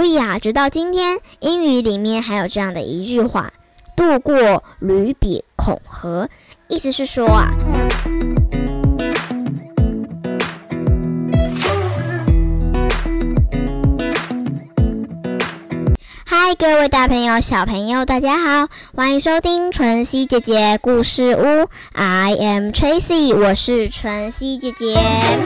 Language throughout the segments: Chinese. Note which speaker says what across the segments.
Speaker 1: 所以直到今天，英语里面还有这样的一句话，渡过吕比孔河，意思是说嗨，各位大朋友小朋友大家好，欢迎收听晨曦姐姐故事屋。 I am Tracy， 我是晨曦姐姐。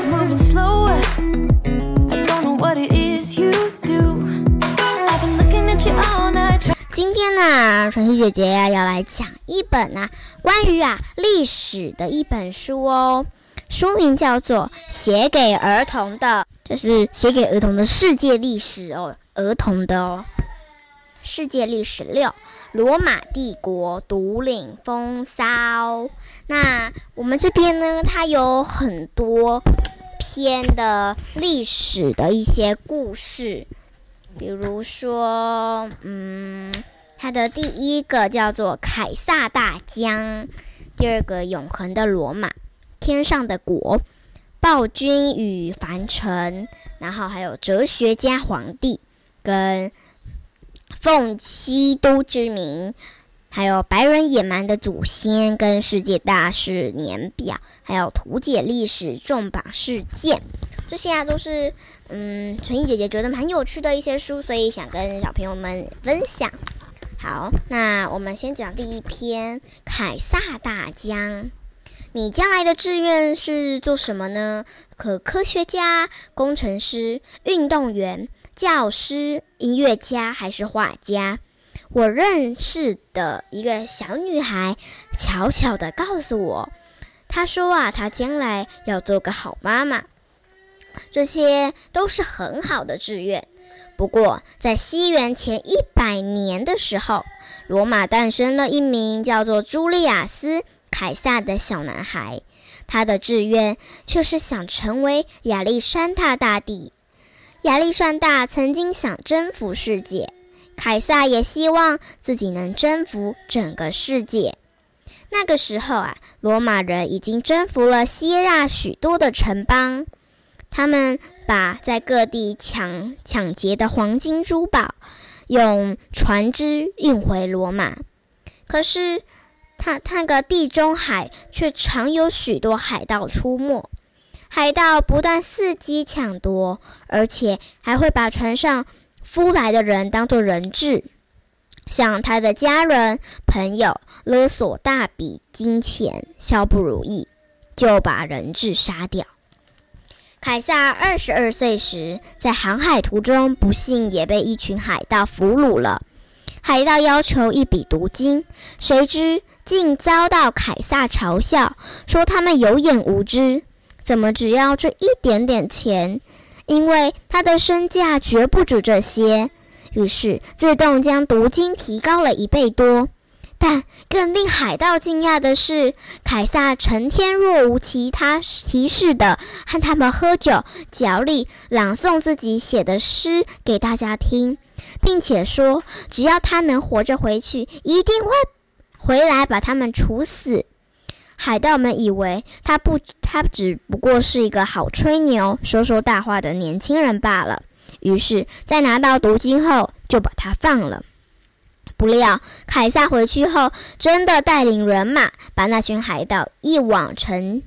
Speaker 1: 今天呢，晨曦姐姐要来讲一本关于历史的一本书哦，书名叫做写给儿童的，就是写给儿童的世界历史哦，儿童的哦。世界历史6，罗马帝国独领风骚。那我们这边呢，它有很多篇的历史的一些故事，比如说它的第一个叫做凯撒大江，第二个永恒的罗马，天上的国，暴君与凡尘，然后还有哲学家皇帝跟奉基督之名，还有白人野蛮的祖先跟世界大事年表，还有图解历史重磅事件，这些都是晨曦姐姐觉得蛮有趣的一些书，所以想跟小朋友们分享。好，那我们先讲第一篇凯撒大江。你将来的志愿是做什么呢？科学家、工程师、运动员、教师、音乐家还是画家？我认识的一个小女孩悄悄地告诉我，她说她将来要做个好妈妈。这些都是很好的志愿。不过在西元前100年的时候，罗马诞生了一名叫做朱利亚斯·凯撒的小男孩，他的志愿却是想成为亚历山大大帝。亚历山大曾经想征服世界，凯撒也希望自己能征服整个世界。那个时候罗马人已经征服了希腊许多的城邦，他们把在各地抢劫的黄金珠宝用船只运回罗马。可是那个地中海却常有许多海盗出没，海盗不但伺机抢夺，而且还会把船上俘来的人当作人质，向他的家人朋友勒索大笔金钱，稍不如意就把人质杀掉。凯撒22岁时，在航海途中不幸也被一群海盗俘虏了。海盗要求一笔毒金，谁知竟遭到凯撒嘲笑，说他们有眼无知，怎么只要这一点点钱？因为他的身价绝不止这些，于是自动将毒金提高了1倍多。但更令海盗惊讶的是，凯撒成天若无其事的和他们喝酒、角力、朗诵自己写的诗给大家听，并且说只要他能活着回去，一定会回来把他们处死。海盗们以为他只不过是一个好吹牛、说大话的年轻人罢了，于是在拿到毒金后就把他放了。不料凯撒回去后真的带领人马把那群海盗一网成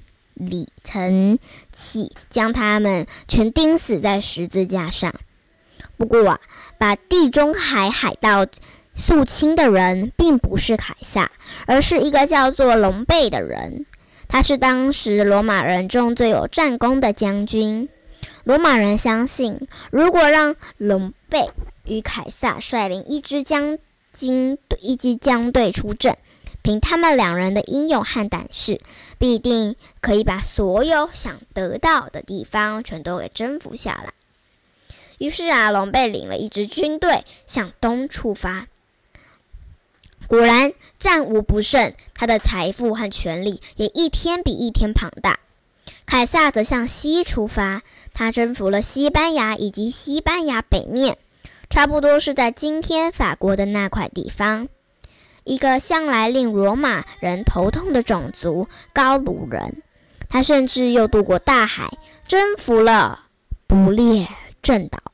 Speaker 1: 起，将他们全钉死在十字架上。不过把地中海海盗肃清的人并不是凯撒，而是一个叫做隆贝的人。他是当时罗马人中最有战功的将军。罗马人相信，如果让隆贝与凯撒率领一支将队出阵，凭他们2人的英勇和胆识，必定可以把所有想得到的地方全都给征服下来。于是隆贝领了一支军队向东出发。果然战无不胜，他的财富和权力也一天比一天庞大。凯撒则向西出发，他征服了西班牙以及西班牙北面，差不多是在今天法国的那块地方。一个向来令罗马人头痛的种族高卢人，他甚至又渡过大海，征服了不列正岛，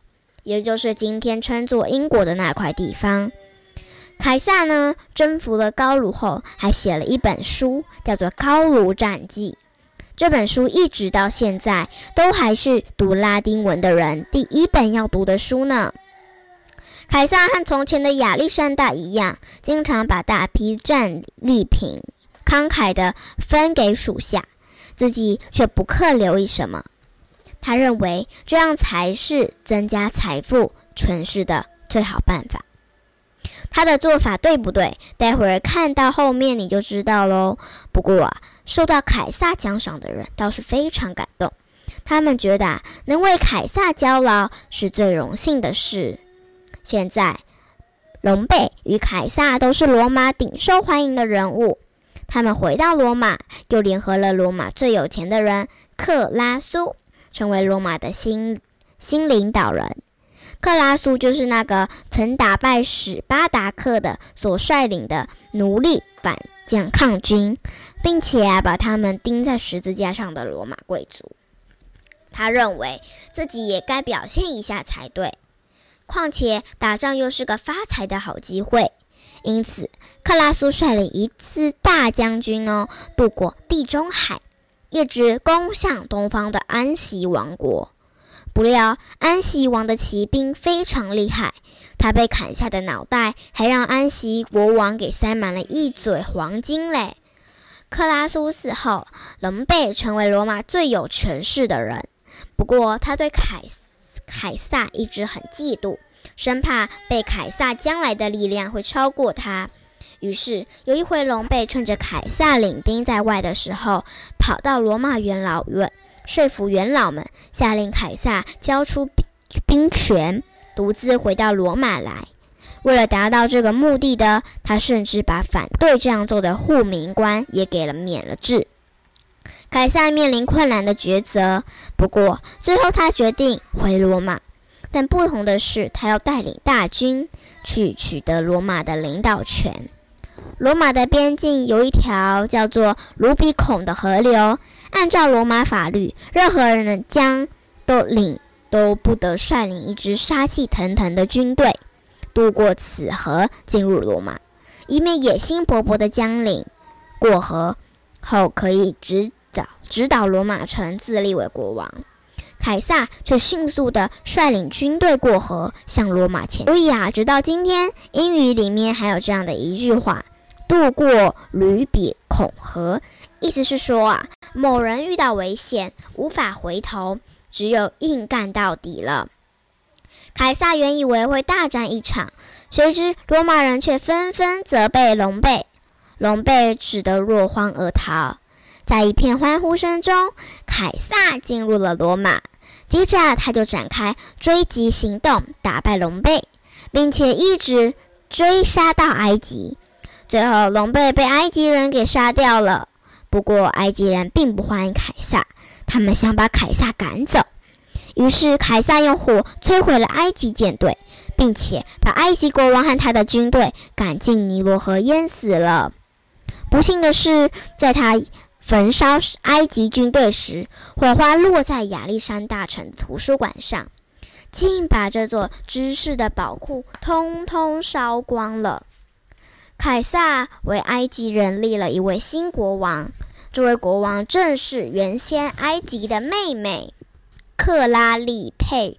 Speaker 1: 也就是今天称作英国的那块地方。凯撒呢，征服了高卢后，还写了一本书，叫做《高卢战记》。这本书一直到现在都还是读拉丁文的人第一本要读的书呢。凯撒和从前的亚历山大一样，经常把大批战利品慷慨地分给属下，自己却不客留意什么。他认为这样才是增加财富存世的最好办法。他的做法对不对？待会儿看到后面你就知道咯。不过受到凯撒奖赏的人倒是非常感动，他们觉得能为凯撒交劳是最荣幸的事。现在隆贝与凯撒都是罗马顶受欢迎的人物，他们回到罗马，又联合了罗马最有钱的人克拉苏，成为罗马的新领导人。克拉苏就是那个曾打败史巴达克的所率领的奴隶反抗军，并且把他们钉在十字架上的罗马贵族。他认为自己也该表现一下才对，况且打仗又是个发财的好机会。因此克拉苏率领一支大将军渡过地中海，一直攻向东方的安息王国。不料安息王的骑兵非常厉害，他被砍下的脑袋还让安息国王给塞满了一嘴黄金嘞。克拉苏死后，隆贝成为罗马最有权势的人。不过他对凯撒一直很嫉妒，生怕被凯撒将来的力量会超过他。于是有一回，隆贝趁着凯撒领兵在外的时候，跑到罗马元老院，说服元老们下令凯撒交出兵权，独自回到罗马来。为了达到这个目的的，他甚至把反对这样做的护民官也给了免了职。凯撒面临困难的抉择，不过最后他决定回罗马。但不同的是，他要带领大军去取得罗马的领导权。罗马的边境有一条叫做卢比孔的河流，按照罗马法律，任何人都不得率领一支杀气腾腾的军队渡过此河进入罗马，以免野心勃勃的将领过河后可以指导罗马城自立为国王。凯撒却迅速地率领军队过河向罗马前进。所以直到今天，英语里面还有这样的一句话，渡过吕比孔河，意思是说某人遇到危险无法回头，只有硬干到底了。凯撒原以为会大战一场，谁知罗马人却纷纷责备隆贝，隆贝只得落荒而逃。在一片欢呼声中，凯撒进入了罗马，接着他就展开追击行动，打败隆贝，并且一直追杀到埃及。最后隆贝被埃及人给杀掉了。不过埃及人并不欢迎凯撒，他们想把凯撒赶走。于是凯撒用火摧毁了埃及舰队，并且把埃及国王和他的军队赶进尼罗河淹死了。不幸的是，在他焚烧埃及军队时，火花落在亚历山大城的图书馆上，竟把这座知识的宝库通通烧光了。凯撒为埃及人立了一位新国王，这位国王正是原先埃及的妹妹佩拉利佩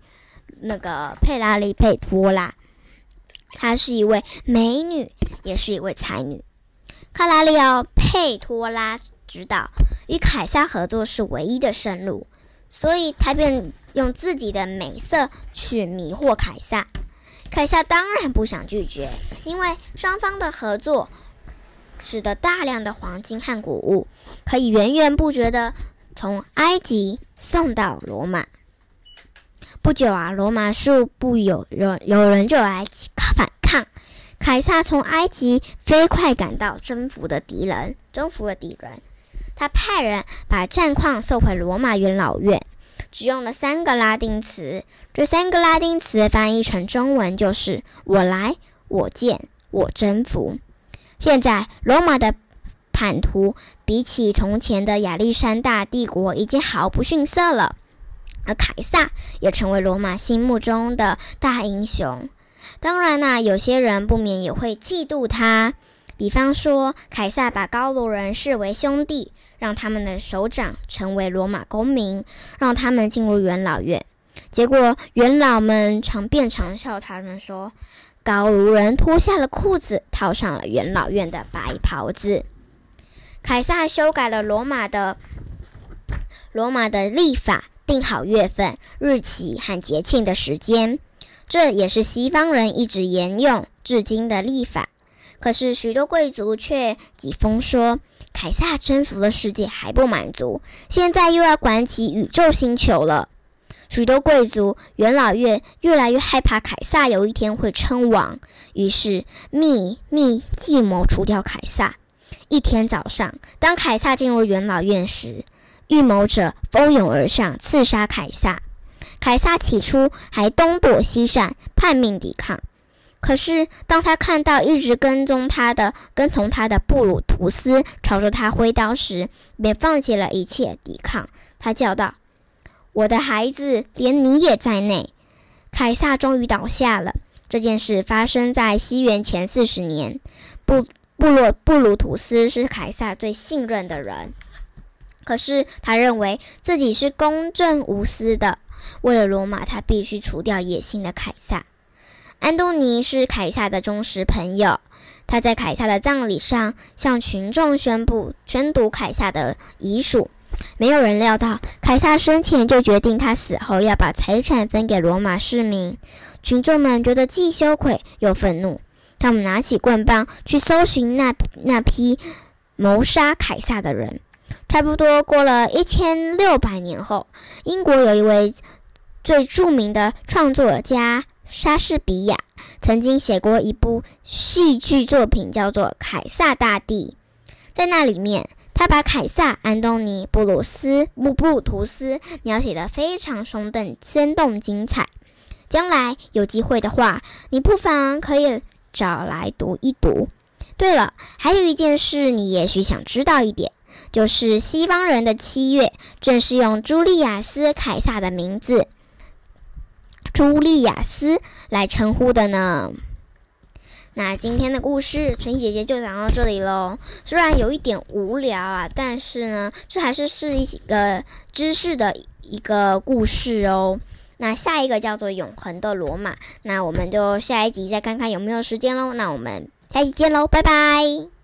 Speaker 1: 托拉，她是一位美女，也是一位才女。克拉利奥佩托拉知道与凯撒合作是唯一的生路，所以他便用自己的美色去迷惑凯撒。凯撒当然不想拒绝，因为双方的合作使得大量的黄金和谷物可以源源不绝地从埃及送到罗马。不久罗马数部有人就来反抗。凯撒从埃及飞快赶到征服了敌人。他派人把战况送回罗马元老院，只用了3个拉丁词。这3个拉丁词翻译成中文就是我来、我见、我征服。现在罗马的版图比起从前的亚历山大帝国已经毫不逊色了。 而凯撒也成为罗马心目中的大英雄。当然有些人不免也会嫉妒他，比方说凯撒把高卢人视为兄弟，让他们的首长成为罗马公民，让他们进入元老院。结果元老们常笑他们说，高卢人脱下了裤子，套上了元老院的白袍子。凯撒修改了罗马的历法，定好月份、日期和节庆的时间，这也是西方人一直沿用至今的历法。可是许多贵族却疾风说，凯撒征服了世界还不满足，现在又要管起宇宙星球了。许多贵族、元老院越来越害怕凯撒有一天会称王，于是秘计谋除掉凯撒。一天早上，当凯撒进入元老院时，预谋者蜂拥而上，刺杀凯撒。凯撒起初还东躲西闪，叛命抵抗。可是当他看到一直跟从他的布鲁图斯朝着他挥刀时，便放弃了一切抵抗。他叫道，我的孩子，连你也在内。凯撒终于倒下了。这件事发生在西元前40年。布鲁图斯是凯撒最信任的人，可是他认为自己是公正无私的。为了罗马，他必须除掉野心的凯撒。安东尼是凯撒的忠实朋友，他在凯撒的葬礼上向群众宣读凯撒的遗属。没有人料到，凯撒生前就决定他死后要把财产分给罗马市民。群众们觉得既羞愧又愤怒，他们拿起棍棒去搜寻那批谋杀凯撒的人。差不多过了1600年后，英国有一位最著名的创作家莎士比亚曾经写过一部戏剧作品，叫做《凯撒大帝》。在那里面，他把凯撒、安东尼、布鲁图斯描写得非常生动精彩。将来有机会的话，你不妨可以找来读一读。对了，还有一件事你也许想知道一点，就是西方人的7月正是用朱利亚斯·凯撒的名字朱利亚斯来称呼的呢。那今天的故事晨曦姐姐就讲到这里咯。虽然有一点无聊但是呢，这还是一个知识的一个故事哦。那下一个叫做永恒的罗马，那我们就下一集再看看有没有时间咯。那我们下一集见咯，拜拜。